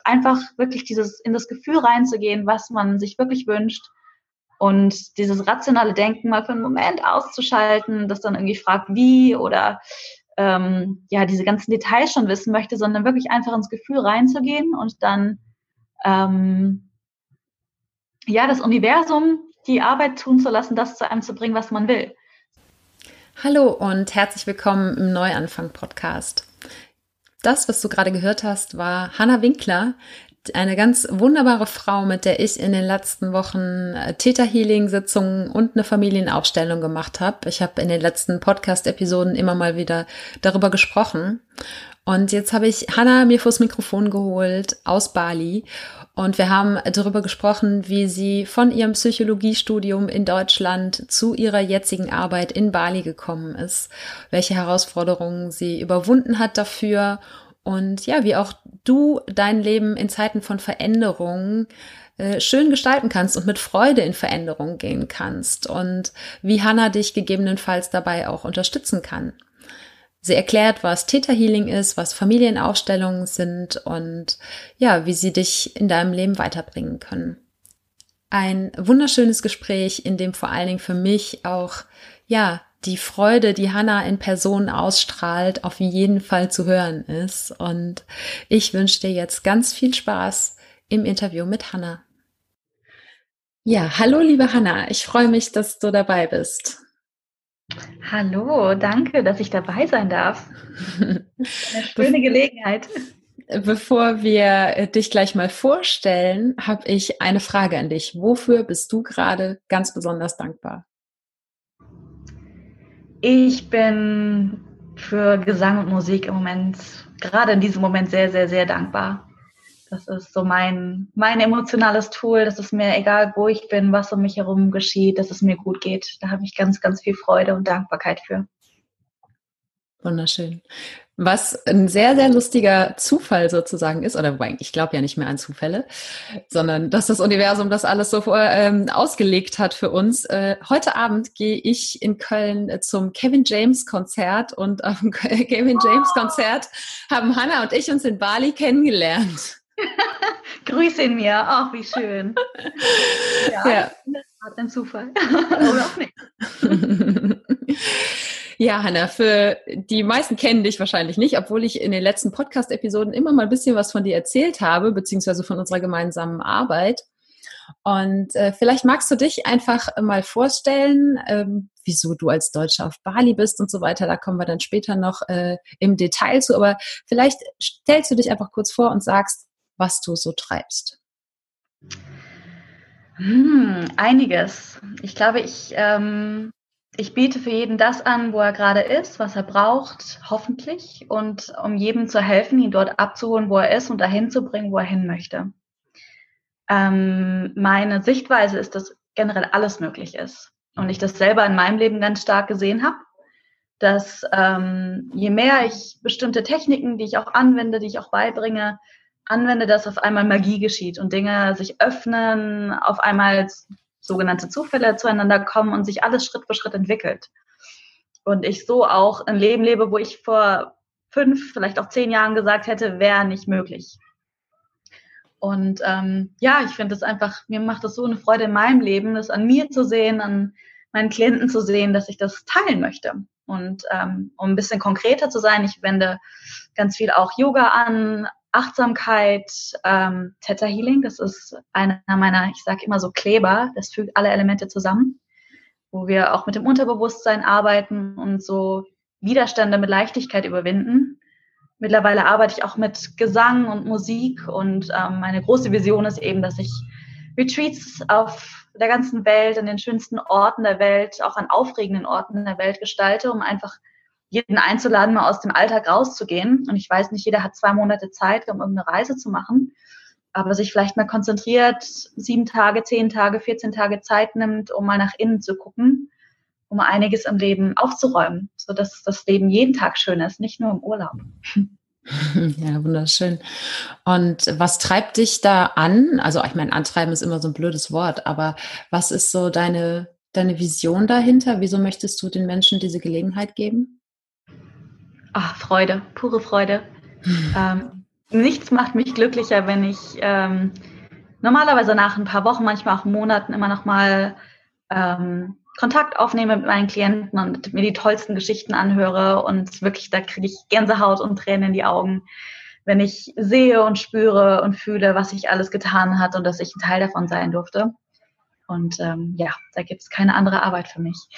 einfach wirklich in das Gefühl reinzugehen, was man sich wirklich wünscht und dieses rationale Denken mal für einen Moment auszuschalten, das dann irgendwie fragt, wie oder diese ganzen Details schon wissen möchte, sondern wirklich einfach ins Gefühl reinzugehen und dann das Universum die Arbeit tun zu lassen, das zu einem zu bringen, was man will. Hallo und herzlich willkommen im Neuanfang-Podcast. Das, was du gerade gehört hast, war Hannah Winkler, eine ganz wunderbare Frau, mit der ich in den letzten Wochen Theta-Healing-Sitzungen und eine Familienaufstellung gemacht habe. Ich habe in den letzten Podcast-Episoden immer mal wieder darüber gesprochen. Und jetzt habe ich Hannah mir vors Mikrofon geholt aus Bali und wir haben darüber gesprochen, wie sie von ihrem Psychologiestudium in Deutschland zu ihrer jetzigen Arbeit in Bali gekommen ist, welche Herausforderungen sie überwunden hat dafür und ja, wie auch du dein Leben in Zeiten von Veränderungen schön gestalten kannst und mit Freude in Veränderungen gehen kannst und wie Hannah dich gegebenenfalls dabei auch unterstützen kann. Sie erklärt, was Theta Healing ist, was Familienaufstellungen sind und ja, wie sie dich in deinem Leben weiterbringen können. Ein wunderschönes Gespräch, in dem vor allen Dingen für mich auch, die Freude, die Hannah in Person ausstrahlt, auf jeden Fall zu hören ist. Und ich wünsche dir jetzt ganz viel Spaß im Interview mit Hannah. Ja, hallo liebe Hannah, ich freue mich, dass du dabei bist. Hallo, danke, dass ich dabei sein darf. Eine schöne Gelegenheit. Bevor wir dich gleich mal vorstellen, habe ich eine Frage an dich. Wofür bist du gerade ganz besonders dankbar? Ich bin für Gesang und Musik im Moment, gerade in diesem Moment sehr, sehr, sehr dankbar. Das ist so mein emotionales Tool. Das ist mir egal, wo ich bin, was um mich herum geschieht, dass es mir gut geht. Da habe ich ganz, ganz viel Freude und Dankbarkeit für. Wunderschön. Was ein sehr, sehr lustiger Zufall sozusagen ist, oder ich glaube ja nicht mehr an Zufälle, sondern dass das Universum das alles so ausgelegt hat für uns. Heute Abend gehe ich in Köln zum Kevin James Konzert und auf dem Kevin James Konzert haben Hannah und ich uns in Bali kennengelernt. Grüße in mir. Ach, wie schön. Ja. Das war ein Zufall. Oder auch nicht. Ja, Hannah, für die meisten kennen dich wahrscheinlich nicht, obwohl ich in den letzten Podcast-Episoden immer mal ein bisschen was von dir erzählt habe, beziehungsweise von unserer gemeinsamen Arbeit. Und vielleicht magst du dich einfach mal vorstellen, wieso du als Deutscher auf Bali bist und so weiter. Da kommen wir dann später noch im Detail zu. Aber vielleicht stellst du dich einfach kurz vor und sagst, was du so treibst. Einiges. Ich glaube, ich biete für jeden das an, wo er gerade ist, was er braucht, hoffentlich, und um jedem zu helfen, ihn dort abzuholen, wo er ist und dahin zu bringen, wo er hin möchte. Meine Sichtweise ist, dass generell alles möglich ist. Und ich das selber in meinem Leben ganz stark gesehen habe, dass je mehr ich bestimmte Techniken, die ich auch anwende, die ich auch beibringe, anwende, dass auf einmal Magie geschieht und Dinge sich öffnen, auf einmal sogenannte Zufälle zueinander kommen und sich alles Schritt für Schritt entwickelt. Und ich so auch ein Leben lebe, wo ich vor 5, vielleicht auch 10 Jahren gesagt hätte, wäre nicht möglich. Und ich finde es einfach, mir macht es so eine Freude in meinem Leben, das an mir zu sehen, an meinen Klienten zu sehen, dass ich das teilen möchte. Und um ein bisschen konkreter zu sein, ich wende ganz viel auch Yoga an, Achtsamkeit, Theta Healing, das ist einer meiner, ich sage immer so Kleber, das fügt alle Elemente zusammen, wo wir auch mit dem Unterbewusstsein arbeiten und so Widerstände mit Leichtigkeit überwinden. Mittlerweile arbeite ich auch mit Gesang und Musik und meine große Vision ist eben, dass ich Retreats auf der ganzen Welt, an den schönsten Orten der Welt, auch an aufregenden Orten der Welt gestalte, um einfach jeden einzuladen, mal aus dem Alltag rauszugehen. Und ich weiß nicht, jeder hat 2 Monate Zeit, um irgendeine Reise zu machen, aber sich vielleicht mal konzentriert 7 Tage, 10 Tage, 14 Tage Zeit nimmt, um mal nach innen zu gucken, um einiges im Leben aufzuräumen, sodass das Leben jeden Tag schön ist, nicht nur im Urlaub. Ja, wunderschön. Und was treibt dich da an? Also ich meine, antreiben ist immer so ein blödes Wort, aber was ist so deine Vision dahinter? Wieso möchtest du den Menschen diese Gelegenheit geben? Freude, pure Freude. nichts macht mich glücklicher, wenn ich normalerweise nach ein paar Wochen, manchmal auch Monaten immer noch mal Kontakt aufnehme mit meinen Klienten und mir die tollsten Geschichten anhöre und wirklich, da kriege ich Gänsehaut und Tränen in die Augen, wenn ich sehe und spüre und fühle, was sich alles getan hat und dass ich ein Teil davon sein durfte. Und da gibt es keine andere Arbeit für mich.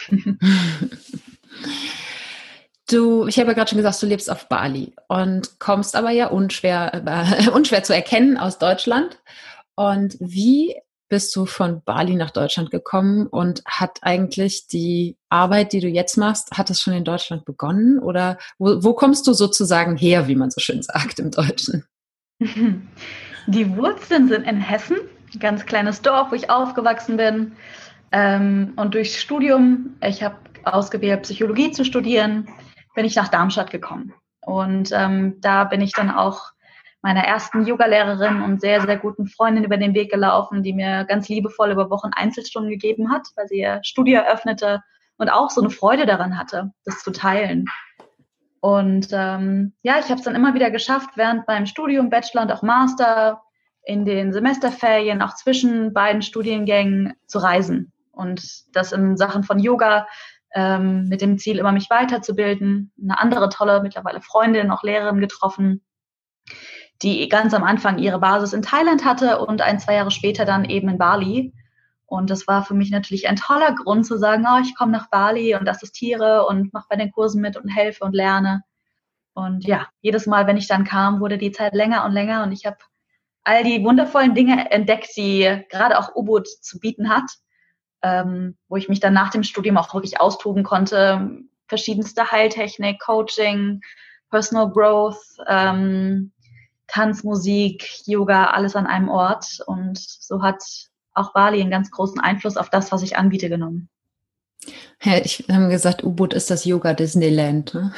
Ich habe ja gerade schon gesagt, du lebst auf Bali und kommst aber ja unschwer zu erkennen aus Deutschland. Und wie bist du von Bali nach Deutschland gekommen und hat eigentlich die Arbeit, die du jetzt machst, hat es schon in Deutschland begonnen? Oder wo kommst du sozusagen her, wie man so schön sagt im Deutschen? Die Wurzeln sind in Hessen, ein ganz kleines Dorf, wo ich aufgewachsen bin. Und durchs Studium, ich habe ausgewählt, Psychologie zu studieren, bin ich nach Darmstadt gekommen. Und da bin ich dann auch meiner ersten Yogalehrerin und sehr, sehr guten Freundin über den Weg gelaufen, die mir ganz liebevoll über Wochen Einzelstunden gegeben hat, weil sie ihr Studio eröffnete und auch so eine Freude daran hatte, das zu teilen. Und ich habe es dann immer wieder geschafft, während meinem Studium, Bachelor und auch Master, in den Semesterferien, auch zwischen beiden Studiengängen zu reisen. Und das in Sachen von Yoga mit dem Ziel, immer mich weiterzubilden. Eine andere tolle, mittlerweile Freundin, auch Lehrerin getroffen, die ganz am Anfang ihre Basis in Thailand hatte und 2 Jahre später dann eben in Bali. Und das war für mich natürlich ein toller Grund zu sagen, oh, ich komme nach Bali und assistiere und mache bei den Kursen mit und helfe und lerne. Und ja, jedes Mal, wenn ich dann kam, wurde die Zeit länger und länger und ich habe all die wundervollen Dinge entdeckt, die gerade auch Ubud zu bieten hat, wo ich mich dann nach dem Studium auch wirklich austoben konnte. Verschiedenste Heiltechnik, Coaching, Personal Growth, Tanz, Musik, Yoga, alles an einem Ort. Und so hat auch Bali einen ganz großen Einfluss auf das, was ich anbiete, genommen. Ja, ich habe gesagt, Ubud ist das Yoga Disneyland. Ne?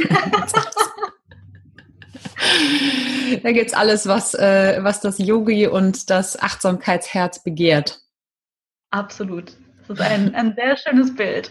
Da gibt's alles, was das Yogi und das Achtsamkeitsherz begehrt. Absolut. Das ist ein sehr schönes Bild.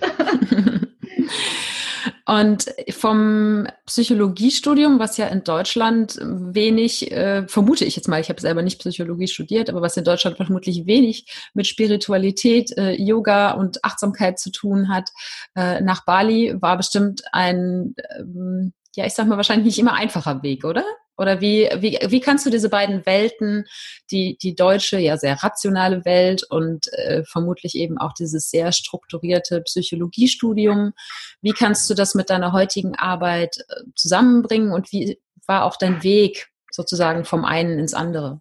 Und vom Psychologiestudium, was ja in Deutschland wenig, vermute ich jetzt mal, ich habe selber nicht Psychologie studiert, aber was in Deutschland vermutlich wenig mit Spiritualität, Yoga und Achtsamkeit zu tun hat, nach Bali war bestimmt ein, ich sag mal, wahrscheinlich nicht immer einfacher Weg, oder? Oder wie kannst du diese beiden Welten, die deutsche, ja sehr rationale Welt und vermutlich eben auch dieses sehr strukturierte Psychologiestudium, wie kannst du das mit deiner heutigen Arbeit zusammenbringen und wie war auch dein Weg sozusagen vom einen ins andere?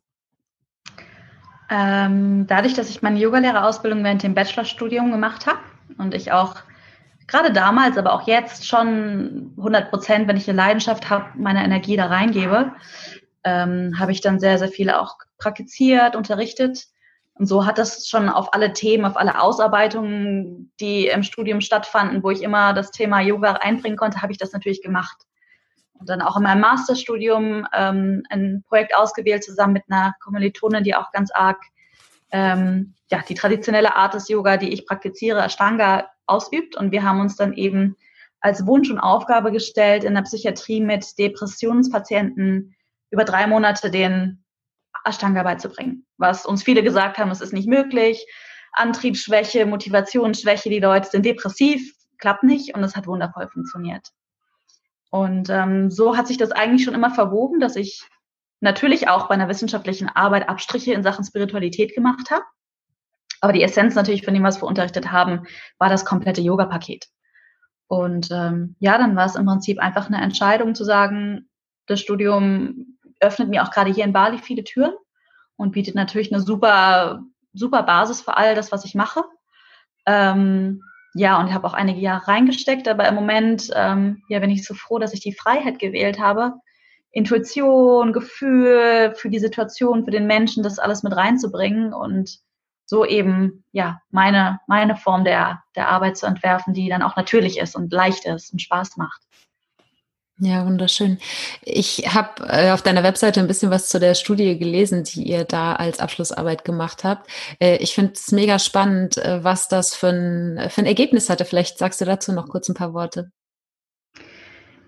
Dadurch, dass ich meine Yogalehrerausbildung während dem Bachelorstudium gemacht habe und ich auch gerade damals, aber auch jetzt schon 100%, wenn ich eine Leidenschaft habe, meine Energie da reingebe, habe ich dann sehr, sehr viel auch praktiziert, unterrichtet. Und so hat das schon auf alle Themen, auf alle Ausarbeitungen, die im Studium stattfanden, wo ich immer das Thema Yoga einbringen konnte, habe ich das natürlich gemacht. Und dann auch in meinem Masterstudium ein Projekt ausgewählt, zusammen mit einer Kommilitonin, die auch ganz arg die traditionelle Art des Yoga, die ich praktiziere, Ashtanga, ausübt. Und wir haben uns dann eben als Wunsch und Aufgabe gestellt, in der Psychiatrie mit Depressionspatienten über 3 Monate den Ashtanga beizubringen. Was uns viele gesagt haben, es ist nicht möglich. Antriebsschwäche, Motivationsschwäche, die Leute sind depressiv, klappt nicht und es hat wundervoll funktioniert. Und so hat sich das eigentlich schon immer verwoben, dass ich natürlich auch bei einer wissenschaftlichen Arbeit Abstriche in Sachen Spiritualität gemacht habe. Aber die Essenz natürlich von dem, was wir unterrichtet haben, war das komplette Yoga-Paket. Und dann war es im Prinzip einfach eine Entscheidung zu sagen, das Studium öffnet mir auch gerade hier in Bali viele Türen und bietet natürlich eine super, super Basis für all das, was ich mache. Und ich habe auch einige Jahre reingesteckt, aber im Moment bin ich so froh, dass ich die Freiheit gewählt habe, Intuition, Gefühl für die Situation, für den Menschen, das alles mit reinzubringen und so eben meine Form der Arbeit zu entwerfen, die dann auch natürlich ist und leicht ist und Spaß macht. Ja, wunderschön. Ich habe auf deiner Webseite ein bisschen was zu der Studie gelesen, die ihr da als Abschlussarbeit gemacht habt. Ich finde es mega spannend, was das für ein Ergebnis hatte. Vielleicht sagst du dazu noch kurz ein paar Worte.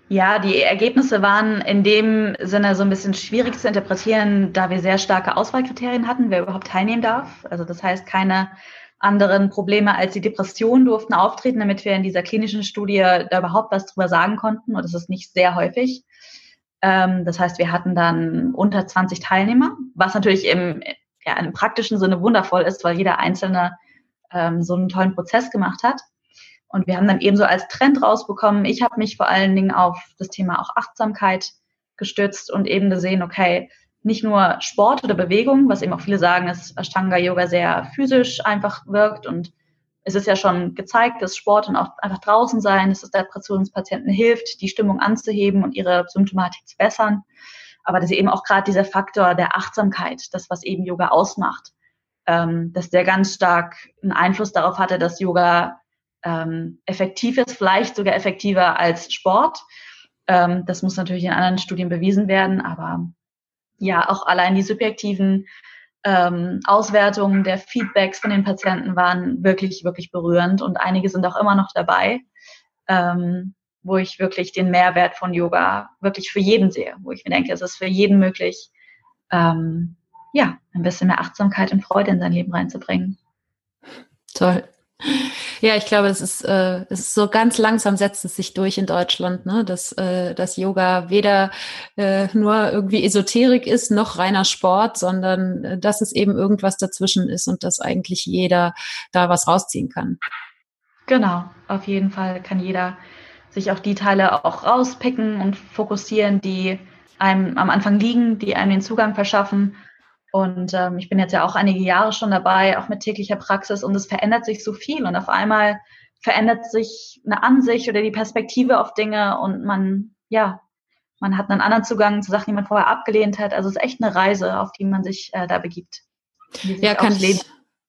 Ja, die Ergebnisse waren in dem Sinne so ein bisschen schwierig zu interpretieren, da wir sehr starke Auswahlkriterien hatten, wer überhaupt teilnehmen darf. Also das heißt, keine anderen Probleme als die Depression durften auftreten, damit wir in dieser klinischen Studie da überhaupt was drüber sagen konnten. Und das ist nicht sehr häufig. Das heißt, wir hatten dann unter 20 Teilnehmer, was natürlich im praktischen Sinne wundervoll ist, weil jeder Einzelne so einen tollen Prozess gemacht hat. Und wir haben dann eben so als Trend rausbekommen, ich habe mich vor allen Dingen auf das Thema auch Achtsamkeit gestützt und eben gesehen, okay, nicht nur Sport oder Bewegung, was eben auch viele sagen, dass Ashtanga Yoga sehr physisch einfach wirkt, und es ist ja schon gezeigt, dass Sport und auch einfach draußen sein, dass es Depressionspatienten hilft, die Stimmung anzuheben und ihre Symptomatik zu bessern. Aber dass eben auch gerade dieser Faktor der Achtsamkeit, das, was eben Yoga ausmacht, dass der ganz stark einen Einfluss darauf hatte, dass Yoga effektiv ist, vielleicht sogar effektiver als Sport. Das muss natürlich in anderen Studien bewiesen werden, aber ja, auch allein die subjektiven Auswertungen der Feedbacks von den Patienten waren wirklich, wirklich berührend, und einige sind auch immer noch dabei, wo ich wirklich den Mehrwert von Yoga wirklich für jeden sehe, wo ich mir denke, es ist für jeden möglich, ein bisschen mehr Achtsamkeit und Freude in sein Leben reinzubringen. Toll. Ja, ich glaube, es ist so ganz langsam setzt es sich durch in Deutschland, ne? Dass Yoga weder nur irgendwie Esoterik ist, noch reiner Sport, sondern dass es eben irgendwas dazwischen ist und dass eigentlich jeder da was rausziehen kann. Genau, auf jeden Fall kann jeder sich auch die Teile auch rauspicken und fokussieren, die einem am Anfang liegen, die einem den Zugang verschaffen. Und ich bin jetzt ja auch einige Jahre schon dabei, auch mit täglicher Praxis, und es verändert sich so viel, und auf einmal verändert sich eine Ansicht oder die Perspektive auf Dinge, und man hat einen anderen Zugang zu Sachen, die man vorher abgelehnt hat. Also es ist echt eine Reise, auf die man sich da begibt. Die sich Ja, aufs Leben.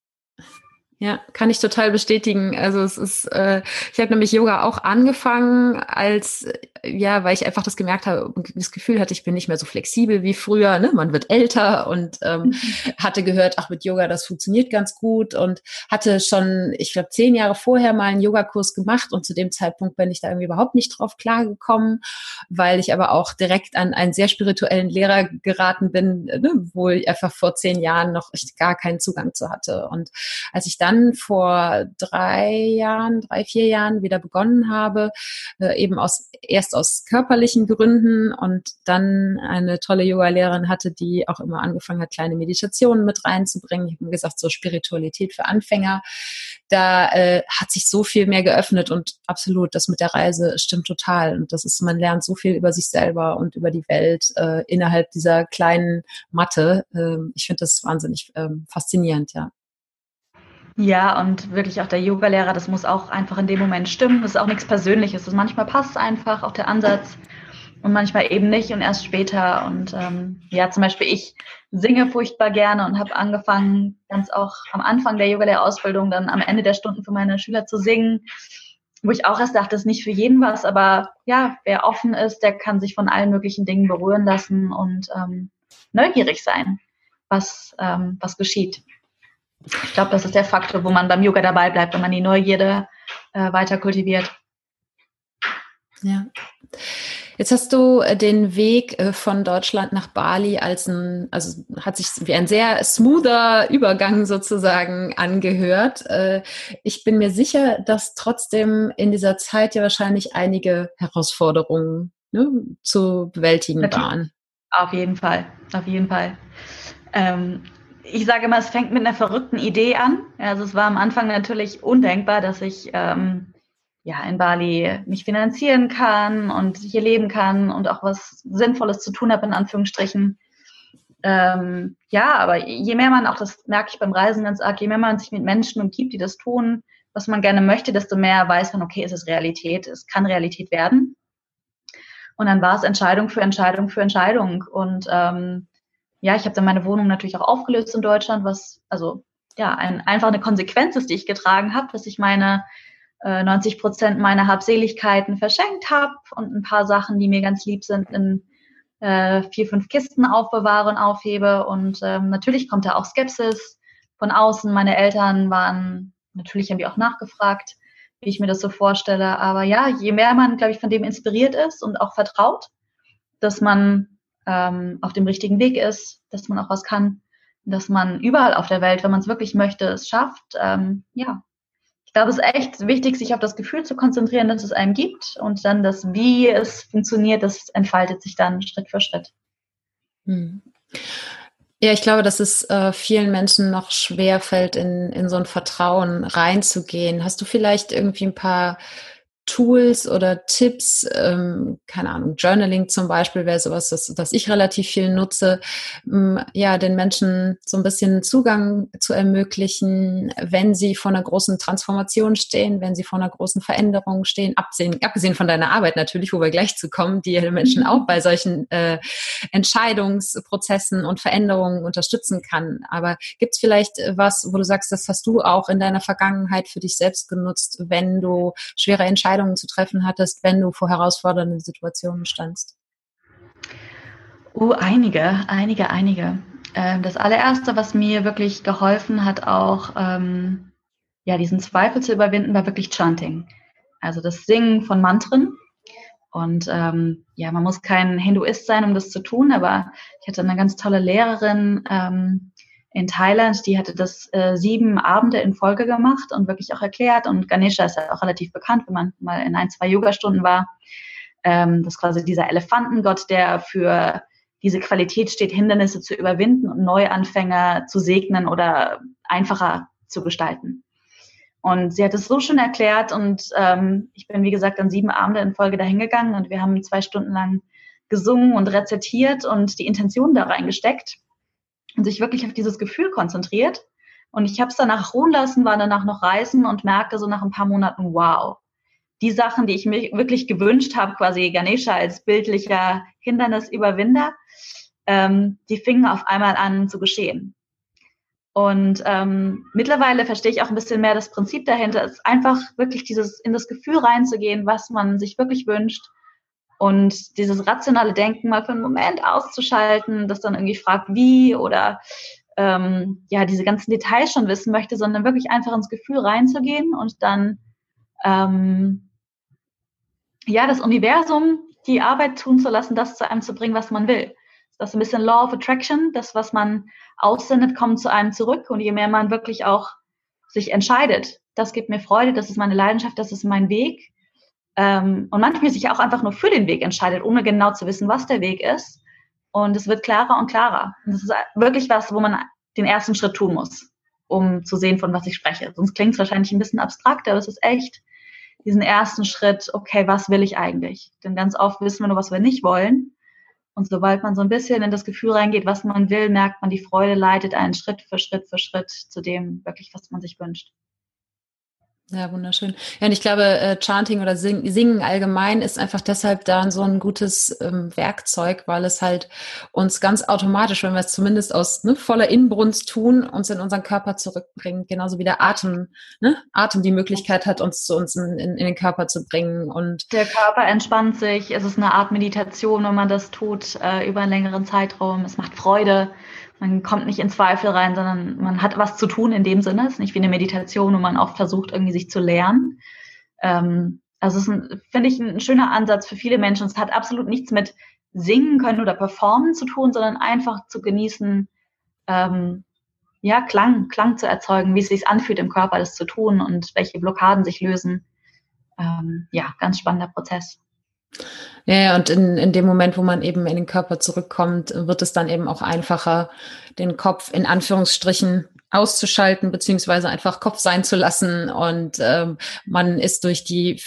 Ja, kann ich total bestätigen. Also es ist, ich habe nämlich Yoga auch angefangen weil ich einfach das gemerkt habe und das Gefühl hatte, ich bin nicht mehr so flexibel wie früher. Ne? Man wird älter und hatte gehört, ach, mit Yoga, das funktioniert ganz gut, und hatte schon, ich glaube, 10 Jahre vorher mal einen Yogakurs gemacht, und zu dem Zeitpunkt bin ich da irgendwie überhaupt nicht drauf klargekommen, weil ich aber auch direkt an einen sehr spirituellen Lehrer geraten bin, ne? Wo ich einfach vor 10 Jahren noch echt gar keinen Zugang zu hatte. Und als ich dann vor 4 Jahren wieder begonnen habe, eben erst aus körperlichen Gründen, und dann eine tolle Yoga-Lehrerin hatte, die auch immer angefangen hat, kleine Meditationen mit reinzubringen. Ich habe gesagt, so Spiritualität für Anfänger. Da hat sich so viel mehr geöffnet, und absolut, das mit der Reise stimmt total. Und man lernt so viel über sich selber und über die Welt innerhalb dieser kleinen Matte. Ich finde das wahnsinnig faszinierend, ja. Ja, und wirklich auch der Yogalehrer, das muss auch einfach in dem Moment stimmen. Das ist auch nichts Persönliches. Manchmal passt es einfach, auch der Ansatz, und manchmal eben nicht und erst später. Und zum Beispiel ich singe furchtbar gerne und habe angefangen, ganz auch am Anfang der Yogalehrerausbildung, dann am Ende der Stunden für meine Schüler zu singen, wo ich auch erst dachte, das ist nicht für jeden was, aber ja, wer offen ist, der kann sich von allen möglichen Dingen berühren lassen und neugierig sein, was geschieht. Ich glaube, das ist der Faktor, wo man beim Yoga dabei bleibt, wenn man die Neugierde weiter kultiviert. Ja. Jetzt hast du den Weg von Deutschland nach Bali hat sich wie ein sehr smoother Übergang sozusagen angehört. Ich bin mir sicher, dass trotzdem in dieser Zeit ja wahrscheinlich einige Herausforderungen, ne, zu bewältigen waren. Auf jeden Fall, auf jeden Fall. Ich sage immer, es fängt mit einer verrückten Idee an. Also es war am Anfang natürlich undenkbar, dass ich in Bali mich finanzieren kann und hier leben kann und auch was Sinnvolles zu tun habe, in Anführungsstrichen. Aber je mehr man auch, das merke ich beim Reisen ganz arg, je mehr man sich mit Menschen umgibt, die das tun, was man gerne möchte, desto mehr weiß man, okay, es ist Realität, es kann Realität werden. Und dann war es Entscheidung für Entscheidung für Entscheidung. Und ich habe dann meine Wohnung natürlich auch aufgelöst in Deutschland, was einfach eine Konsequenz ist, die ich getragen habe, dass ich meine 90% meiner Habseligkeiten verschenkt habe und ein paar Sachen, die mir ganz lieb sind, in 4, 5 Kisten aufbewahre und aufhebe. Und natürlich kommt da auch Skepsis von außen. Meine Eltern natürlich haben die auch nachgefragt, wie ich mir das so vorstelle. Aber ja, je mehr man, glaube ich, von dem inspiriert ist und auch vertraut, dass man auf dem richtigen Weg ist, dass man auch was kann, dass man überall auf der Welt, wenn man es wirklich möchte, es schafft. Ja, ich glaube, es ist echt wichtig, sich auf das Gefühl zu konzentrieren, dass es einem gibt, und dann das, wie es funktioniert, das entfaltet sich dann Schritt für Schritt. Hm. Ja, ich glaube, dass es vielen Menschen noch schwer fällt, in so ein Vertrauen reinzugehen. Hast du vielleicht irgendwie ein paar Tools oder Tipps, keine Ahnung, Journaling zum Beispiel wäre sowas, das ich relativ viel nutze, ja, den Menschen so ein bisschen Zugang zu ermöglichen, wenn sie vor einer großen Transformation stehen, wenn sie vor einer großen Veränderung stehen, abgesehen von deiner Arbeit natürlich, wo wir gleich zu kommen, die ja Menschen auch bei solchen Entscheidungsprozessen und Veränderungen unterstützen kann. Aber gibt es vielleicht was, wo du sagst, das hast du auch in deiner Vergangenheit für dich selbst genutzt, wenn du schwere Entscheidungen zu treffen hattest, wenn du vor herausfordernden Situationen standst? Einige. Das allererste, was mir wirklich geholfen hat, auch ja, diesen Zweifel zu überwinden, war wirklich Chanting. Also das Singen von Mantren. Und ja, man muss kein Hinduist sein, um das zu tun, aber ich hatte eine ganz tolle Lehrerin in Thailand, die hatte das 7 Abende in Folge gemacht und wirklich auch erklärt. Und Ganesha ist ja auch relativ bekannt, wenn man mal in 1, 2 Yogastunden war. Das ist quasi dieser Elefantengott, der für diese Qualität steht, Hindernisse zu überwinden und Neuanfänger zu segnen oder einfacher zu gestalten. Und sie hat es so schön erklärt, und ich bin, wie gesagt, dann 7 Abende in Folge dahin gegangen und wir haben 2 Stunden lang gesungen und rezitiert und die Intention da reingesteckt und sich wirklich auf dieses Gefühl konzentriert. Und ich habe es danach ruhen lassen, war danach noch reisen und merkte so nach ein paar Monaten, wow, die Sachen, die ich mir wirklich gewünscht habe, quasi Ganesha als bildlicher Hindernisüberwinder, die fingen auf einmal an zu geschehen. Und mittlerweile verstehe ich auch ein bisschen mehr das Prinzip dahinter, ist einfach wirklich dieses in das Gefühl reinzugehen, was man sich wirklich wünscht, und dieses rationale Denken mal für einen Moment auszuschalten, das dann irgendwie fragt, wie, oder ja, diese ganzen Details schon wissen möchte, sondern wirklich einfach ins Gefühl reinzugehen und dann ja, das Universum die Arbeit tun zu lassen, das zu einem zu bringen, was man will. Das ist ein bisschen Law of Attraction, das, was man aussendet, kommt zu einem zurück, und je mehr man wirklich auch sich entscheidet, das gibt mir Freude, das ist meine Leidenschaft, das ist mein Weg, und manchmal sich auch einfach nur für den Weg entscheidet, ohne genau zu wissen, was der Weg ist, und es wird klarer und klarer. Und das ist wirklich was, wo man den ersten Schritt tun muss, um zu sehen, von was ich spreche. Sonst klingt es wahrscheinlich ein bisschen abstrakt, aber es ist echt diesen ersten Schritt, okay, was will ich eigentlich? Denn ganz oft wissen wir nur, was wir nicht wollen. Und sobald man so ein bisschen in das Gefühl reingeht, was man will, merkt man, die Freude leitet einen Schritt für Schritt zu dem wirklich, was man sich wünscht. Ja, wunderschön. Ja, und ich glaube, Chanting oder Singen allgemein ist einfach deshalb dann so ein gutes Werkzeug, weil es halt uns ganz automatisch, wenn wir es zumindest aus voller Inbrunst tun, uns in unseren Körper zurückbringt. Genauso wie der Atem, Atem die Möglichkeit hat, uns zu uns in den Körper zu bringen. Und der Körper entspannt sich. Es ist eine Art Meditation, wenn man das tut über einen längeren Zeitraum. Es macht Freude. Man kommt nicht in Zweifel rein, sondern man hat was zu tun in dem Sinne. Es ist nicht wie eine Meditation, wo man oft versucht, irgendwie sich zu lernen. Also es ist, finde ich, ein schöner Ansatz für viele Menschen. Es hat absolut nichts mit singen können oder performen zu tun, sondern einfach zu genießen, ja, Klang zu erzeugen, wie es sich anfühlt im Körper, das zu tun und welche Blockaden sich lösen. Ja, ganz spannender Prozess. ja, und in dem Moment, wo man eben in den Körper zurückkommt, wird es dann eben auch einfacher, den Kopf in Anführungsstrichen auszuschalten, beziehungsweise einfach Kopf sein zu lassen. Und man ist durch die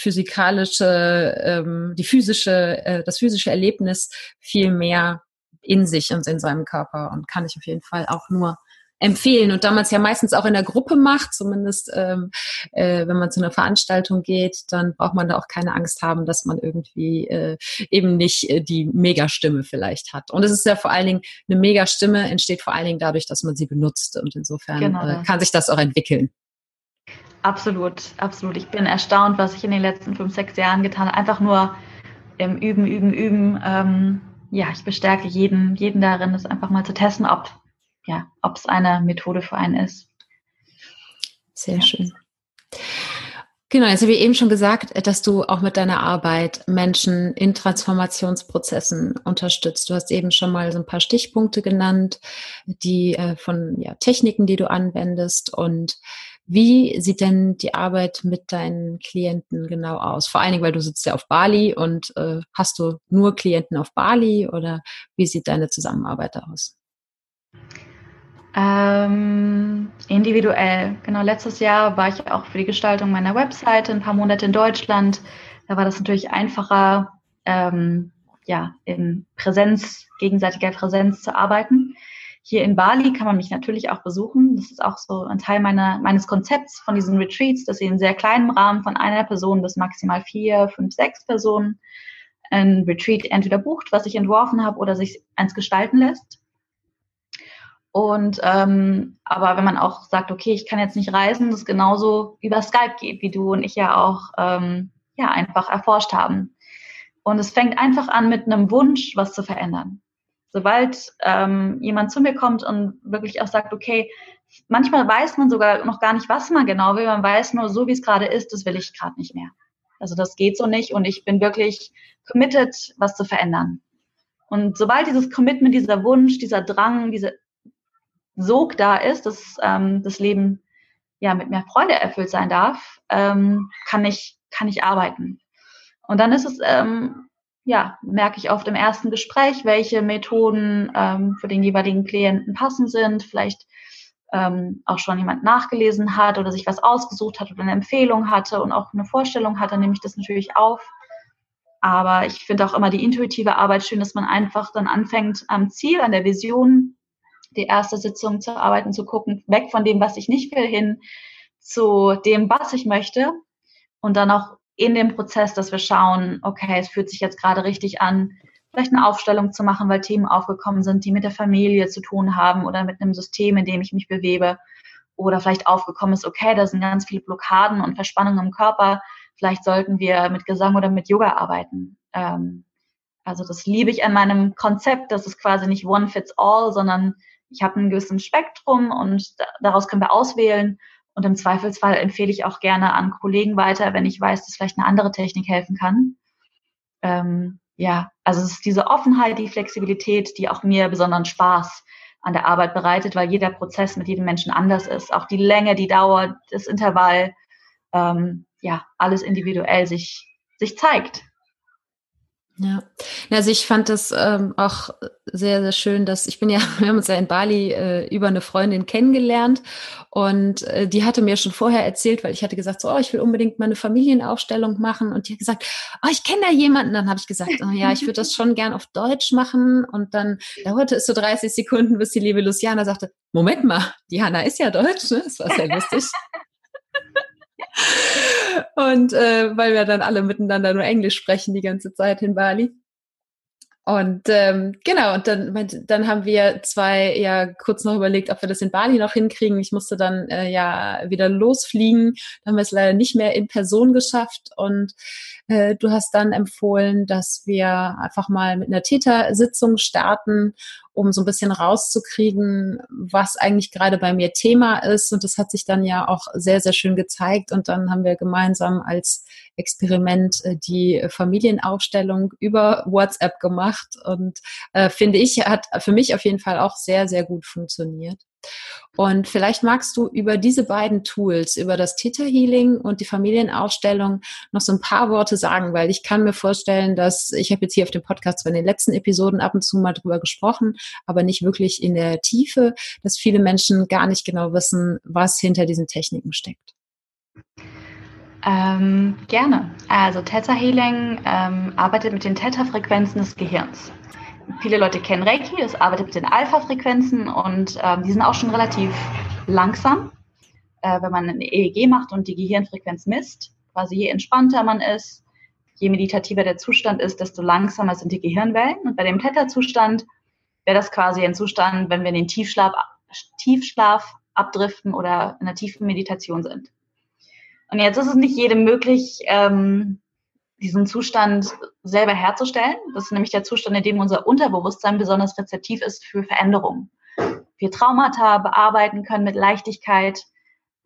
das physische Erlebnis viel mehr in sich und in seinem Körper, und kann ich auf jeden Fall auch nur empfehlen. Und da man es ja meistens auch in der Gruppe macht, zumindest wenn man zu einer Veranstaltung geht, dann braucht man da auch keine Angst haben, dass man irgendwie eben nicht die Megastimme vielleicht hat. Und es ist ja vor allen Dingen, eine Megastimme entsteht vor allen Dingen dadurch, dass man sie benutzt. Und insofern kann sich das auch entwickeln. Absolut, absolut. Ich bin erstaunt, was ich in den letzten 5, 6 Jahren getan habe. Einfach nur im Üben. Ja, ich bestärke jeden darin, das einfach mal zu testen, ob es eine Methode für einen ist. Sehr schön. Genau, jetzt habe ich eben schon gesagt, dass du auch mit deiner Arbeit Menschen in Transformationsprozessen unterstützt. Du hast eben schon mal so ein paar Stichpunkte genannt, die von Techniken, die du anwendest. Und wie sieht denn die Arbeit mit deinen Klienten genau aus? Vor allen Dingen, weil du sitzt ja auf Bali und hast du nur Klienten auf Bali oder wie sieht deine Zusammenarbeit aus? Individuell. Genau, letztes Jahr war ich auch für die Gestaltung meiner Webseite ein paar Monate in Deutschland. Da war das natürlich einfacher, in gegenseitiger Präsenz zu arbeiten. Hier in Bali kann man mich natürlich auch besuchen. Das ist auch so ein Teil meines Konzepts von diesen Retreats, dass sie in sehr kleinem Rahmen von einer Person bis maximal 4, 5, 6 Personen ein Retreat entweder bucht, was ich entworfen habe, oder sich eins gestalten lässt. Und aber wenn man auch sagt, okay, ich kann jetzt nicht reisen, das genauso über Skype geht, wie du und ich ja auch einfach erforscht haben. Und es fängt einfach an mit einem Wunsch, was zu verändern. Sobald jemand zu mir kommt und wirklich auch sagt, okay, manchmal weiß man sogar noch gar nicht, was man genau will, man weiß nur, so wie es gerade ist, das will ich gerade nicht mehr. Also das geht so nicht und ich bin wirklich committed, was zu verändern. Und sobald dieses Commitment, dieser Wunsch, dieser Drang, diese Sog da ist, dass das Leben mit mehr Freude erfüllt sein darf, kann ich arbeiten. Und dann ist es, merke ich oft im ersten Gespräch, welche Methoden für den jeweiligen Klienten passend sind, vielleicht auch schon jemand nachgelesen hat oder sich was ausgesucht hat oder eine Empfehlung hatte und auch eine Vorstellung hat, dann nehme ich das natürlich auf. Aber ich finde auch immer die intuitive Arbeit schön, dass man einfach dann anfängt am Ziel, an der Vision, die erste Sitzung zu arbeiten, zu gucken, weg von dem, was ich nicht will, hin zu dem, was ich möchte. Und dann auch in dem Prozess, dass wir schauen, okay, es fühlt sich jetzt gerade richtig an, vielleicht eine Aufstellung zu machen, weil Themen aufgekommen sind, die mit der Familie zu tun haben oder mit einem System, in dem ich mich bewege. Oder vielleicht aufgekommen ist, okay, da sind ganz viele Blockaden und Verspannungen im Körper. Vielleicht sollten wir mit Gesang oder mit Yoga arbeiten. Also das liebe ich an meinem Konzept, das ist quasi nicht one fits all, sondern ich habe einen gewissen Spektrum und daraus können wir auswählen. Und im Zweifelsfall empfehle ich auch gerne an Kollegen weiter, wenn ich weiß, dass vielleicht eine andere Technik helfen kann. Also es ist diese Offenheit, die Flexibilität, die auch mir besonderen Spaß an der Arbeit bereitet, weil jeder Prozess mit jedem Menschen anders ist. Auch die Länge, die Dauer, das Intervall, alles individuell sich zeigt. Ja, also ich fand das auch sehr, sehr schön, wir haben uns ja in Bali über eine Freundin kennengelernt und die hatte mir schon vorher erzählt, weil ich hatte gesagt, so, ich will unbedingt mal eine Familienaufstellung machen und die hat gesagt, ich kenne da jemanden. Dann habe ich gesagt, ich würde das schon gern auf Deutsch machen und dann dauerte es so 30 Sekunden, bis die liebe Luciana sagte, Moment mal, die Hanna ist ja deutsch, ne? Das war sehr lustig. Und weil wir dann alle miteinander nur Englisch sprechen die ganze Zeit in Bali. Und genau, und dann haben wir zwei kurz noch überlegt, ob wir das in Bali noch hinkriegen. Ich musste dann wieder losfliegen. Dann haben wir es leider nicht mehr in Person geschafft. Und du hast dann empfohlen, dass wir einfach mal mit einer Theta-Sitzung starten, um so ein bisschen rauszukriegen, was eigentlich gerade bei mir Thema ist. Und das hat sich dann ja auch sehr, sehr schön gezeigt. Und dann haben wir gemeinsam als Experiment die Familienaufstellung über WhatsApp gemacht. Und finde ich, hat für mich auf jeden Fall auch sehr, sehr gut funktioniert. Und vielleicht magst du über diese beiden Tools, über das Theta Healing und die Familienaufstellung noch so ein paar Worte sagen, weil ich kann mir vorstellen, dass ich habe jetzt hier auf dem Podcast zwar in den letzten Episoden ab und zu mal drüber gesprochen, aber nicht wirklich in der Tiefe, dass viele Menschen gar nicht genau wissen, was hinter diesen Techniken steckt. Gerne. Also Theta Healing arbeitet mit den Theta-Frequenzen des Gehirns. Viele Leute kennen Reiki, das arbeitet mit den Alpha-Frequenzen und die sind auch schon relativ langsam, wenn man ein EEG macht und die Gehirnfrequenz misst. Quasi je entspannter man ist, je meditativer der Zustand ist, desto langsamer sind die Gehirnwellen. Und bei dem Theta-Zustand wäre das quasi ein Zustand, wenn wir in den Tiefschlaf abdriften oder in einer tiefen Meditation sind. Und jetzt ist es nicht jedem möglich, diesen Zustand selber herzustellen. Das ist nämlich der Zustand, in dem unser Unterbewusstsein besonders rezeptiv ist für Veränderungen. Wir Traumata bearbeiten können mit Leichtigkeit,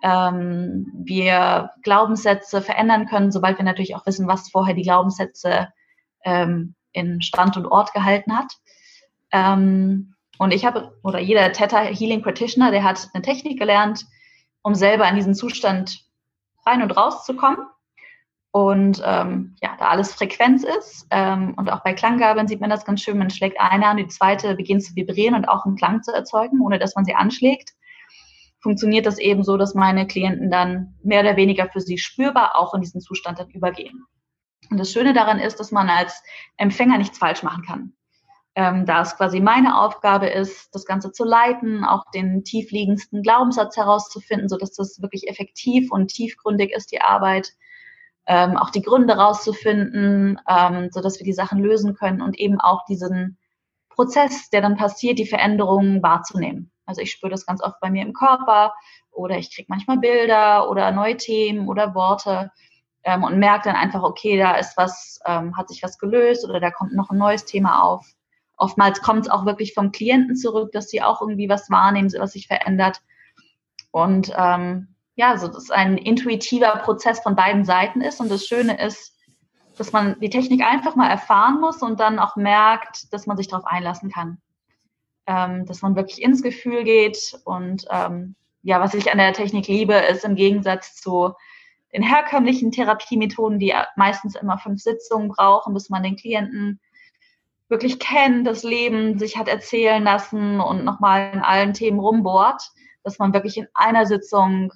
wir Glaubenssätze verändern können, sobald wir natürlich auch wissen, was vorher die Glaubenssätze in Stand und Ort gehalten hat. Und jeder Theta Healing Practitioner, der hat eine Technik gelernt, um selber in diesen Zustand rein und raus zu kommen. Und da alles Frequenz ist und auch bei Klanggabeln sieht man das ganz schön, man schlägt eine an, die zweite beginnt zu vibrieren und auch einen Klang zu erzeugen, ohne dass man sie anschlägt. Funktioniert das eben so, dass meine Klienten dann mehr oder weniger für sie spürbar auch in diesen Zustand dann übergehen. Und das Schöne daran ist, dass man als Empfänger nichts falsch machen kann. Da es quasi meine Aufgabe ist, das Ganze zu leiten, auch den tiefliegendsten Glaubenssatz herauszufinden, sodass das wirklich effektiv und tiefgründig ist, die Arbeit, auch die Gründe rauszufinden, sodass wir die Sachen lösen können und eben auch diesen Prozess, der dann passiert, die Veränderungen wahrzunehmen. Also ich spüre das ganz oft bei mir im Körper oder ich kriege manchmal Bilder oder neue Themen oder Worte und merke dann einfach, okay, da ist was, hat sich was gelöst oder da kommt noch ein neues Thema auf. Oftmals kommt es auch wirklich vom Klienten zurück, dass sie auch irgendwie was wahrnehmen, was sich verändert. Und so dass es ein intuitiver Prozess von beiden Seiten ist. Und das Schöne ist, dass man die Technik einfach mal erfahren muss und dann auch merkt, dass man sich darauf einlassen kann. Dass man wirklich ins Gefühl geht. Und was ich an der Technik liebe, ist im Gegensatz zu den herkömmlichen Therapiemethoden, die meistens immer 5 Sitzungen brauchen, bis man den Klienten wirklich kennt, das Leben sich hat erzählen lassen und nochmal in allen Themen rumbohrt, dass man wirklich in einer Sitzung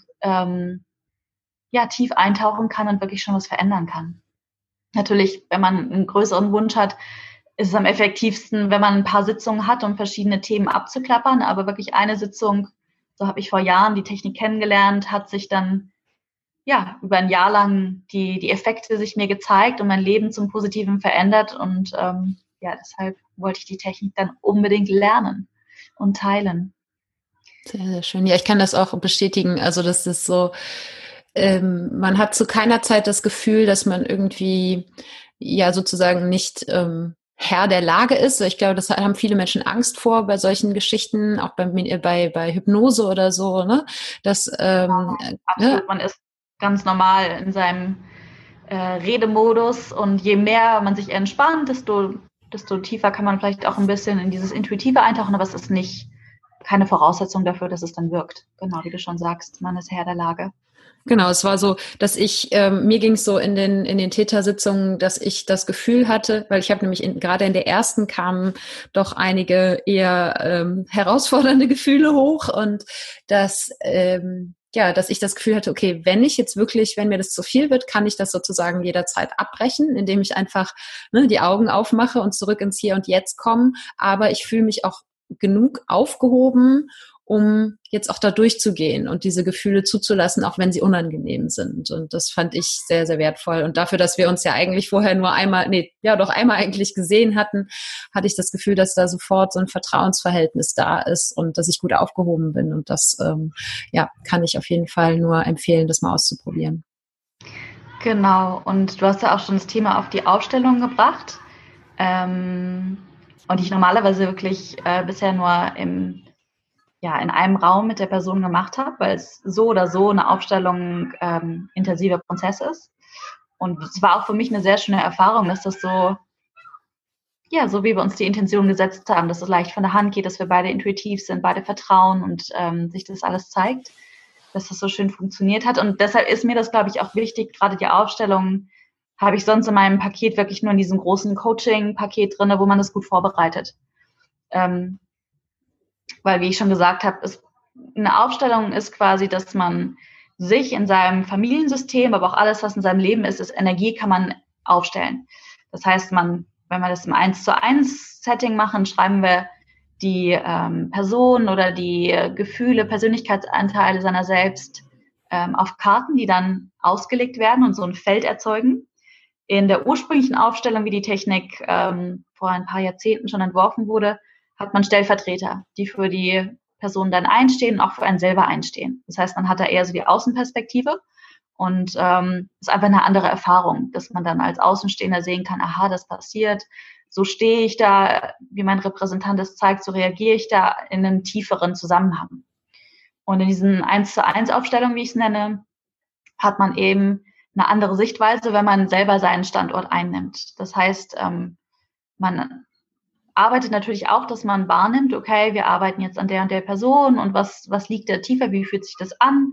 tief eintauchen kann und wirklich schon was verändern kann. Natürlich, wenn man einen größeren Wunsch hat, ist es am effektivsten, wenn man ein paar Sitzungen hat, um verschiedene Themen abzuklappern, aber wirklich eine Sitzung, so habe ich vor Jahren die Technik kennengelernt, hat sich dann über ein Jahr lang die Effekte sich mir gezeigt und mein Leben zum Positiven verändert und deshalb wollte ich die Technik dann unbedingt lernen und teilen. Sehr, sehr schön. Ja, ich kann das auch bestätigen. Also das ist so, man hat zu keiner Zeit das Gefühl, dass man irgendwie sozusagen nicht Herr der Lage ist. Ich glaube, das haben viele Menschen Angst vor bei solchen Geschichten, auch bei Hypnose oder so, ne? Absolut, man ist ganz normal in seinem Redemodus und je mehr man sich entspannt, desto tiefer kann man vielleicht auch ein bisschen in dieses Intuitive eintauchen, aber es ist keine Voraussetzung dafür, dass es dann wirkt. Genau, wie du schon sagst, man ist Herr der Lage. Genau, es war so, dass mir ging es so in den Theta-Sitzungen, dass ich das Gefühl hatte, weil ich habe nämlich gerade in der ersten kamen doch einige eher herausfordernde Gefühle hoch und dass ich das Gefühl hatte, okay, wenn mir das zu viel wird, kann ich das sozusagen jederzeit abbrechen, indem ich einfach die Augen aufmache und zurück ins Hier und Jetzt komme. Aber ich fühle mich auch genug aufgehoben, um jetzt auch da durchzugehen und diese Gefühle zuzulassen, auch wenn sie unangenehm sind. Und das fand ich sehr, sehr wertvoll. Und dafür, dass wir uns ja eigentlich vorher nur einmal eigentlich gesehen hatten, hatte ich das Gefühl, dass da sofort so ein Vertrauensverhältnis da ist und dass ich gut aufgehoben bin. Und das, kann ich auf jeden Fall nur empfehlen, das mal auszuprobieren. Genau. Und du hast ja auch schon das Thema auf die Aufstellung gebracht. Und ich normalerweise wirklich bisher nur in einem Raum mit der Person gemacht habe, weil es so oder so eine Aufstellung intensiver Prozess ist. Und es war auch für mich eine sehr schöne Erfahrung, dass das so wie wir uns die Intention gesetzt haben, dass es leicht von der Hand geht, dass wir beide intuitiv sind, beide vertrauen und sich das alles zeigt, dass das so schön funktioniert hat. Und deshalb ist mir das, glaube ich, auch wichtig, gerade die Aufstellung habe ich sonst in meinem Paket wirklich nur in diesem großen Coaching-Paket drin, wo man das gut vorbereitet. Weil, wie ich schon gesagt habe, eine Aufstellung ist quasi, dass man sich in seinem Familiensystem, aber auch alles, was in seinem Leben ist Energie, kann man aufstellen. Das heißt, wenn wir das im 1:1 Setting machen, schreiben wir die Person oder die Gefühle, Persönlichkeitsanteile seiner selbst auf Karten, die dann ausgelegt werden und so ein Feld erzeugen. In der ursprünglichen Aufstellung, wie die Technik vor ein paar Jahrzehnten schon entworfen wurde, hat man Stellvertreter, die für die Person dann einstehen und auch für einen selber einstehen. Das heißt, man hat da eher so die Außenperspektive und ist einfach eine andere Erfahrung, dass man dann als Außenstehender sehen kann, aha, das passiert, so stehe ich da, wie mein Repräsentant es zeigt, so reagiere ich da in einem tieferen Zusammenhang. Und in diesen 1:1 Aufstellungen, wie ich es nenne, hat man eben eine andere Sichtweise, wenn man selber seinen Standort einnimmt. Das heißt, man arbeitet natürlich auch, dass man wahrnimmt, okay, wir arbeiten jetzt an der und der Person und was liegt da tiefer, wie fühlt sich das an?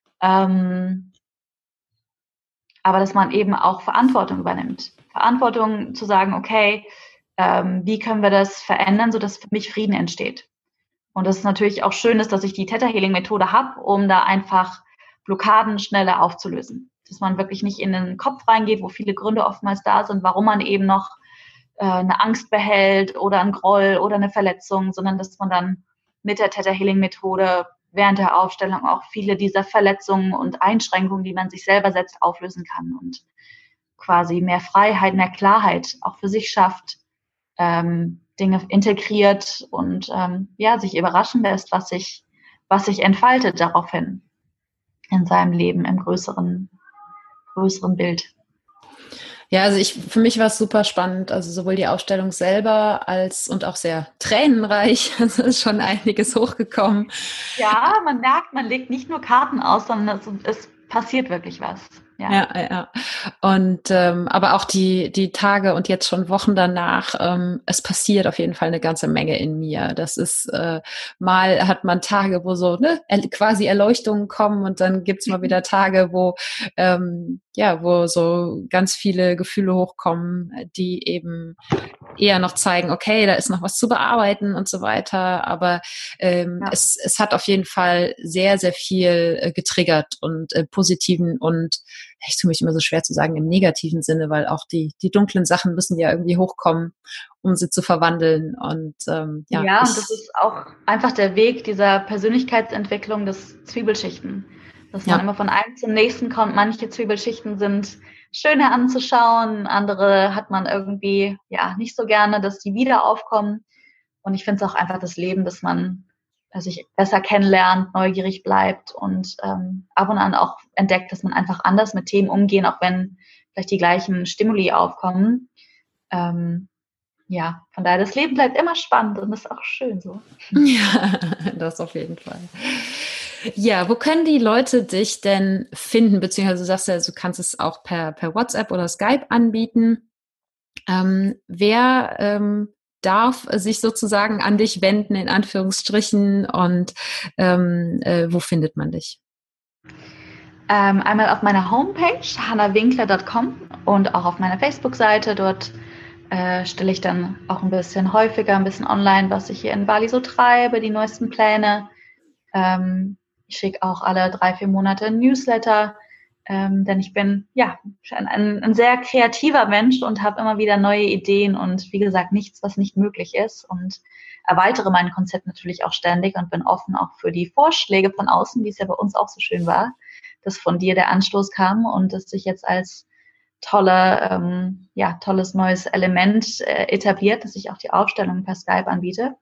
Aber dass man eben auch Verantwortung übernimmt. Verantwortung zu sagen, okay, wie können wir das verändern, sodass für mich Frieden entsteht. Und das ist natürlich auch schön, dass ich die Theta Healing Methode habe, um da einfach Blockaden schneller aufzulösen. Dass man wirklich nicht in den Kopf reingeht, wo viele Gründe oftmals da sind, warum man eben noch eine Angst behält oder ein Groll oder eine Verletzung, sondern dass man dann mit der Theta Healing Methode während der Aufstellung auch viele dieser Verletzungen und Einschränkungen, die man sich selber setzt, auflösen kann und quasi mehr Freiheit, mehr Klarheit auch für sich schafft, Dinge integriert und sich überraschen lässt, was sich entfaltet daraufhin in seinem Leben im größeren Bild. Ja, also für mich war es super spannend, also sowohl die Ausstellung selber und auch sehr tränenreich. Also ist schon einiges hochgekommen. Ja, man merkt, man legt nicht nur Karten aus, sondern es passiert wirklich was. Ja. Und aber auch die Tage und jetzt schon Wochen danach, es passiert auf jeden Fall eine ganze Menge in mir. Das ist mal hat man Tage, wo so quasi Erleuchtungen kommen und dann gibt's mal wieder Tage, wo wo so ganz viele Gefühle hochkommen, die eben eher noch zeigen, okay, da ist noch was zu bearbeiten und so weiter. Aber es hat auf jeden Fall sehr, sehr viel getriggert und positiven und ich tue mich immer so schwer zu sagen im negativen Sinne, weil auch die dunklen Sachen müssen ja irgendwie hochkommen, um sie zu verwandeln. Und und das ist auch einfach der Weg dieser Persönlichkeitsentwicklung des Zwiebelschichten. Dass man immer von einem zum nächsten kommt. Manche Zwiebelschichten sind schöner anzuschauen, andere hat man irgendwie nicht so gerne, dass die wieder aufkommen. Und ich finde es auch einfach das Leben, dass man sich besser kennenlernt, neugierig bleibt und ab und an auch entdeckt, dass man einfach anders mit Themen umgehen, auch wenn vielleicht die gleichen Stimuli aufkommen. Von daher, das Leben bleibt immer spannend und ist auch schön so. Ja, das auf jeden Fall. Ja, wo können die Leute dich denn finden? Beziehungsweise du sagst ja, du kannst es auch per WhatsApp oder Skype anbieten. Wer darf sich sozusagen an dich wenden, in Anführungsstrichen, und wo findet man dich? Einmal auf meiner Homepage, hannawinkler.com, und auch auf meiner Facebook-Seite. Dort stelle ich dann auch ein bisschen häufiger, ein bisschen online, was ich hier in Bali so treibe, die neuesten Pläne. Ich schicke auch alle 3-4 Monate ein Newsletter, denn ich bin ein sehr kreativer Mensch und habe immer wieder neue Ideen und wie gesagt, nichts, was nicht möglich ist, und erweitere mein Konzept natürlich auch ständig und bin offen auch für die Vorschläge von außen, wie es ja bei uns auch so schön war, dass von dir der Anstoß kam und dass sich jetzt als tolles neues Element etabliert, dass ich auch die Aufstellung per Skype anbiete.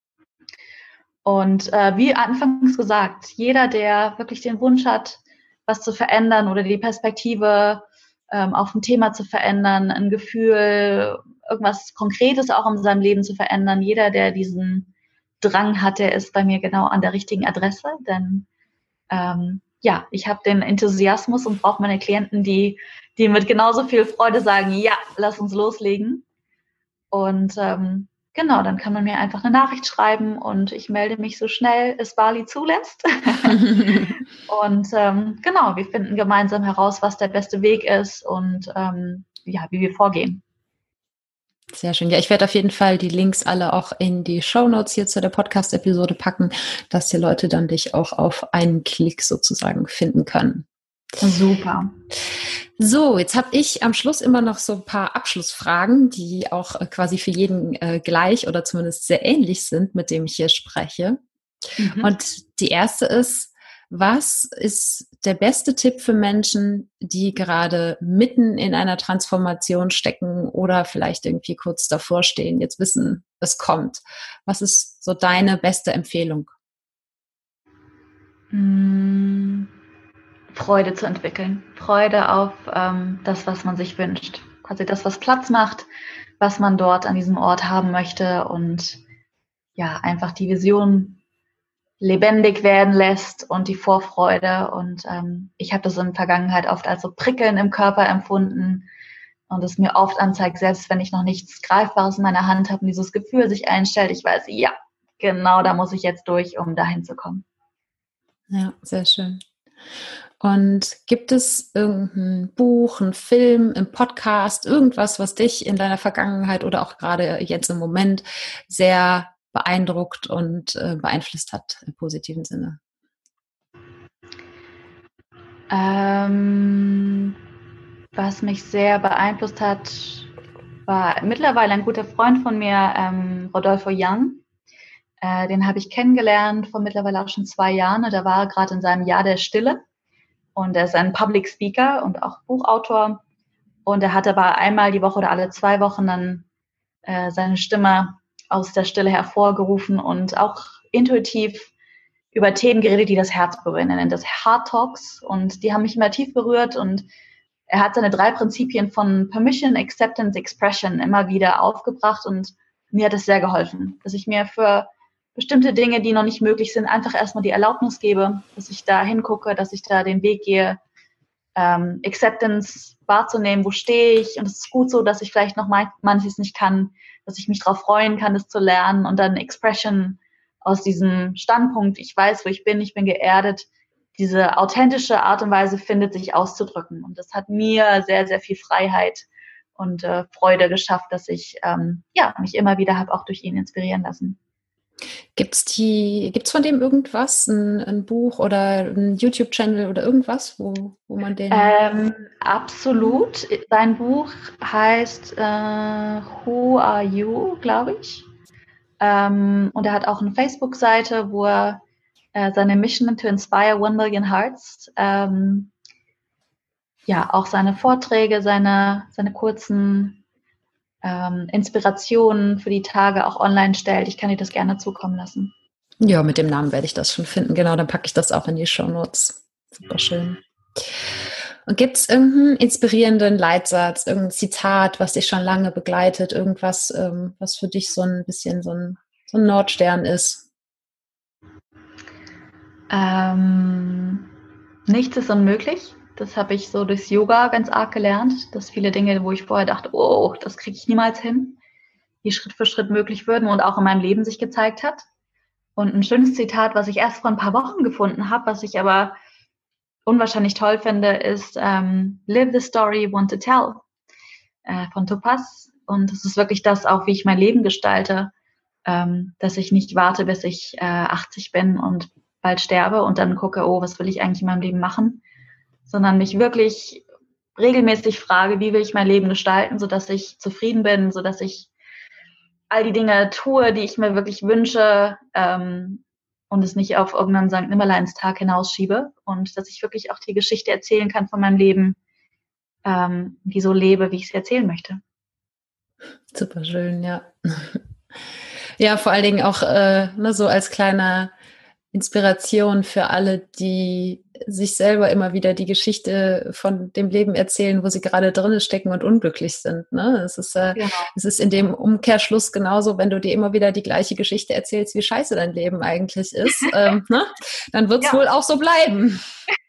Und wie anfangs gesagt, jeder, der wirklich den Wunsch hat, was zu verändern oder die Perspektive auf ein Thema zu verändern, ein Gefühl, irgendwas Konkretes auch in seinem Leben zu verändern, jeder, der diesen Drang hat, der ist bei mir genau an der richtigen Adresse, denn ich habe den Enthusiasmus und brauche meine Klienten, die mit genauso viel Freude sagen, ja, lass uns loslegen. Und dann kann man mir einfach eine Nachricht schreiben und ich melde mich so schnell es Bali zulässt. Und wir finden gemeinsam heraus, was der beste Weg ist und wie wir vorgehen. Sehr schön. Ja, ich werde auf jeden Fall die Links alle auch in die Shownotes hier zu der Podcast-Episode packen, dass die Leute dann dich auch auf einen Klick sozusagen finden können. Super. So, jetzt habe ich am Schluss immer noch so ein paar Abschlussfragen, die auch quasi für jeden gleich oder zumindest sehr ähnlich sind, mit dem ich hier spreche. Mhm. Und die erste ist, was ist der beste Tipp für Menschen, die gerade mitten in einer Transformation stecken oder vielleicht irgendwie kurz davor stehen, jetzt wissen, es kommt? Was ist so deine beste Empfehlung? Freude zu entwickeln. Freude auf das, was man sich wünscht. Quasi das, was Platz macht, was man dort an diesem Ort haben möchte und einfach die Vision lebendig werden lässt und die Vorfreude. Und ich habe das in der Vergangenheit oft als so Prickeln im Körper empfunden und es mir oft anzeigt, selbst wenn ich noch nichts Greifbares in meiner Hand habe und dieses Gefühl sich einstellt, ich weiß, ja, genau da muss ich jetzt durch, um dahin zu kommen. Ja, sehr schön. Und gibt es irgendein Buch, einen Film, einen Podcast, irgendwas, was dich in deiner Vergangenheit oder auch gerade jetzt im Moment sehr beeindruckt und beeinflusst hat im positiven Sinne? Was mich sehr beeinflusst hat, war mittlerweile ein guter Freund von mir, Rodolfo Young. Den habe ich kennengelernt vor mittlerweile auch schon 2 Jahren. Da war er gerade in seinem Jahr der Stille. Und er ist ein Public Speaker und auch Buchautor. Und er hat aber einmal die Woche oder alle 2 Wochen dann seine Stimme aus der Stille hervorgerufen und auch intuitiv über Themen geredet, die das Herz berühren. Er nennt das Heart Talks. Und die haben mich immer tief berührt. Und er hat seine 3 Prinzipien von Permission, Acceptance, Expression immer wieder aufgebracht. Und mir hat es sehr geholfen, dass ich mir für bestimmte Dinge, die noch nicht möglich sind, einfach erstmal die Erlaubnis gebe, dass ich da hingucke, dass ich da den Weg gehe, Acceptance wahrzunehmen, wo stehe ich, und es ist gut so, dass ich vielleicht noch manches nicht kann, dass ich mich darauf freuen kann, das zu lernen, und dann Expression aus diesem Standpunkt, ich weiß, wo ich bin geerdet, diese authentische Art und Weise findet, sich auszudrücken, und das hat mir sehr, sehr viel Freiheit und Freude geschafft, dass ich mich immer wieder habe auch durch ihn inspirieren lassen. Gibt's von dem irgendwas, ein Buch oder ein YouTube-Channel oder irgendwas, wo man den... Absolut. Sein Buch heißt Who Are You, glaube ich. Und er hat auch eine Facebook-Seite, wo er seine Mission to Inspire 1 Million Hearts, auch seine Vorträge, seine kurzen Inspirationen für die Tage auch online stellt. Ich kann dir das gerne zukommen lassen. Ja, mit dem Namen werde ich das schon finden. Genau, dann packe ich das auch in die Shownotes. Super schön. Und gibt es irgendeinen inspirierenden Leitsatz, irgendein Zitat, was dich schon lange begleitet, irgendwas, was für dich so ein bisschen so ein Nordstern ist? Nichts ist unmöglich. Das habe ich so durchs Yoga ganz arg gelernt, dass viele Dinge, wo ich vorher dachte, oh, das kriege ich niemals hin, die Schritt für Schritt möglich würden und auch in meinem Leben sich gezeigt hat. Und ein schönes Zitat, was ich erst vor ein paar Wochen gefunden habe, was ich aber unwahrscheinlich toll finde, ist Live the story you want to tell von Topaz. Und es ist wirklich das auch, wie ich mein Leben gestalte, dass ich nicht warte, bis ich 80 bin und bald sterbe und dann gucke, oh, was will ich eigentlich in meinem Leben machen, sondern mich wirklich regelmäßig frage, wie will ich mein Leben gestalten, sodass ich zufrieden bin, sodass ich all die Dinge tue, die ich mir wirklich wünsche, und es nicht auf irgendeinen St. Nimmerleinstag hinausschiebe, und dass ich wirklich auch die Geschichte erzählen kann von meinem Leben, die so lebe, wie ich sie erzählen möchte. Super schön, ja. Ja, vor allen Dingen auch so als kleiner Inspiration für alle, die sich selber immer wieder die Geschichte von dem Leben erzählen, wo sie gerade drin stecken und unglücklich sind. Ne? Es ist in dem Umkehrschluss genauso, wenn du dir immer wieder die gleiche Geschichte erzählst, wie scheiße dein Leben eigentlich ist, dann wird es wohl auch so bleiben.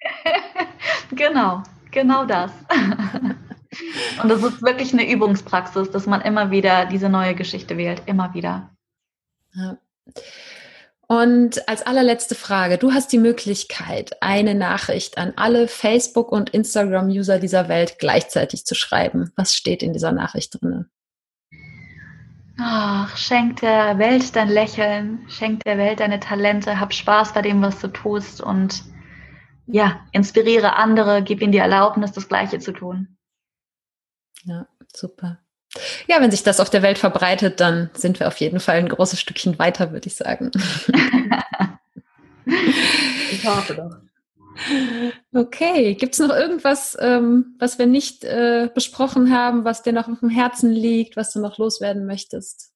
Genau das. Und das ist wirklich eine Übungspraxis, dass man immer wieder diese neue Geschichte wählt, immer wieder. Ja. Und als allerletzte Frage, du hast die Möglichkeit, eine Nachricht an alle Facebook- und Instagram-User dieser Welt gleichzeitig zu schreiben. Was steht in dieser Nachricht drin? Ach, schenk der Welt dein Lächeln, schenk der Welt deine Talente, hab Spaß bei dem, was du tust, und inspiriere andere, gib ihnen die Erlaubnis, das Gleiche zu tun. Ja, super. Ja, wenn sich das auf der Welt verbreitet, dann sind wir auf jeden Fall ein großes Stückchen weiter, würde ich sagen. Ich hoffe doch. Okay, gibt es noch irgendwas, was wir nicht besprochen haben, was dir noch auf dem Herzen liegt, was du noch loswerden möchtest?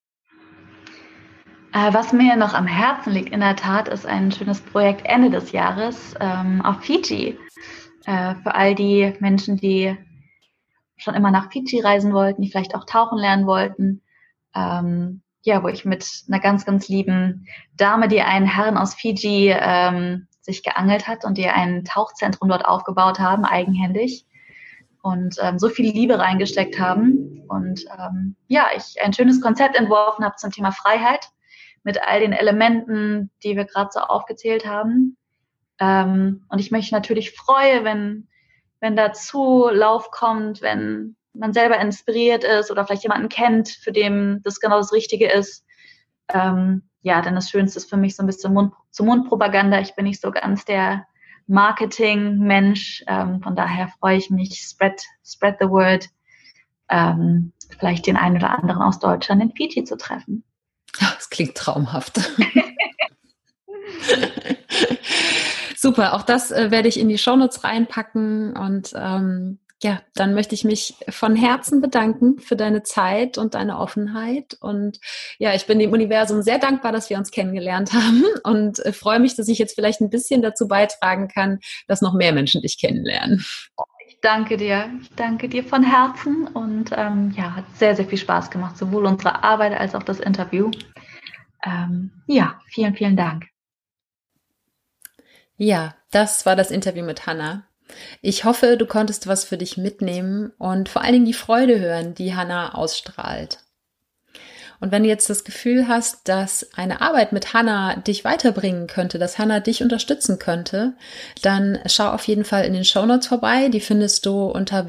Was mir noch am Herzen liegt, in der Tat, ist ein schönes Projekt Ende des Jahres auf Fidschi. Für all die Menschen, die schon immer nach Fidschi reisen wollten, die vielleicht auch tauchen lernen wollten, wo ich mit einer ganz, ganz lieben Dame, die einen Herren aus Fiji sich geangelt hat und die ein Tauchzentrum dort aufgebaut haben, eigenhändig. Und so viel Liebe reingesteckt haben. Und ich ein schönes Konzept entworfen habe zum Thema Freiheit mit all den Elementen, die wir gerade so aufgezählt haben. Und ich mich natürlich freue, wenn da Zulauf kommt, wenn man selber inspiriert ist oder vielleicht jemanden kennt, für den das genau das Richtige ist. Denn das Schönste ist für mich so ein bisschen Mund-zu-Mund-Propaganda. Ich bin nicht so ganz der Marketing-Mensch. Von daher freue ich mich, spread the word, vielleicht den einen oder anderen aus Deutschland in Fiji zu treffen. Das klingt traumhaft. Super, auch das werde ich in die Shownotes reinpacken und dann möchte ich mich von Herzen bedanken für deine Zeit und deine Offenheit und ich bin dem Universum sehr dankbar, dass wir uns kennengelernt haben und freue mich, dass ich jetzt vielleicht ein bisschen dazu beitragen kann, dass noch mehr Menschen dich kennenlernen. Ich danke dir von Herzen und hat sehr, sehr viel Spaß gemacht, sowohl unsere Arbeit als auch das Interview. Vielen, vielen Dank. Ja, das war das Interview mit Hannah. Ich hoffe, du konntest was für dich mitnehmen und vor allen Dingen die Freude hören, die Hannah ausstrahlt. Und wenn du jetzt das Gefühl hast, dass eine Arbeit mit Hannah dich weiterbringen könnte, dass Hannah dich unterstützen könnte, dann schau auf jeden Fall in den Shownotes vorbei. Die findest du unter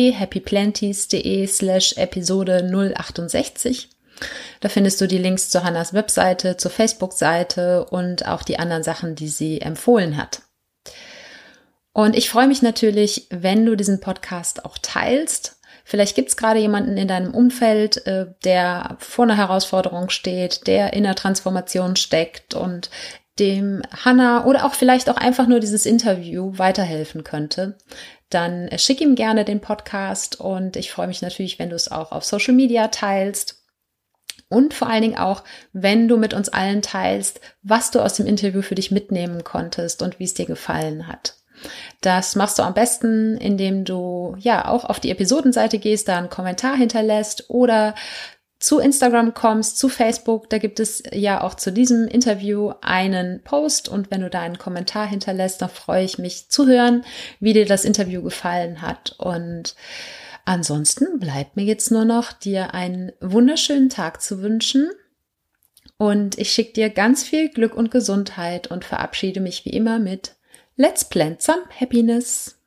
www.happyplanties.de/Episode 068. Da findest du die Links zu Hannahs Webseite, zur Facebook-Seite und auch die anderen Sachen, die sie empfohlen hat. Und ich freue mich natürlich, wenn du diesen Podcast auch teilst. Vielleicht gibt es gerade jemanden in deinem Umfeld, der vor einer Herausforderung steht, der in der Transformation steckt und dem Hannah oder auch vielleicht auch einfach nur dieses Interview weiterhelfen könnte. Dann schick ihm gerne den Podcast und ich freue mich natürlich, wenn du es auch auf Social Media teilst. Und vor allen Dingen auch, wenn du mit uns allen teilst, was du aus dem Interview für dich mitnehmen konntest und wie es dir gefallen hat. Das machst du am besten, indem du auch auf die Episodenseite gehst, da einen Kommentar hinterlässt oder zu Instagram kommst, zu Facebook. Da gibt es ja auch zu diesem Interview einen Post und wenn du da einen Kommentar hinterlässt, dann freue ich mich zu hören, wie dir das Interview gefallen hat. Und ansonsten bleibt mir jetzt nur noch, dir einen wunderschönen Tag zu wünschen. Und ich schicke dir ganz viel Glück und Gesundheit und verabschiede mich wie immer mit Let's plant some happiness.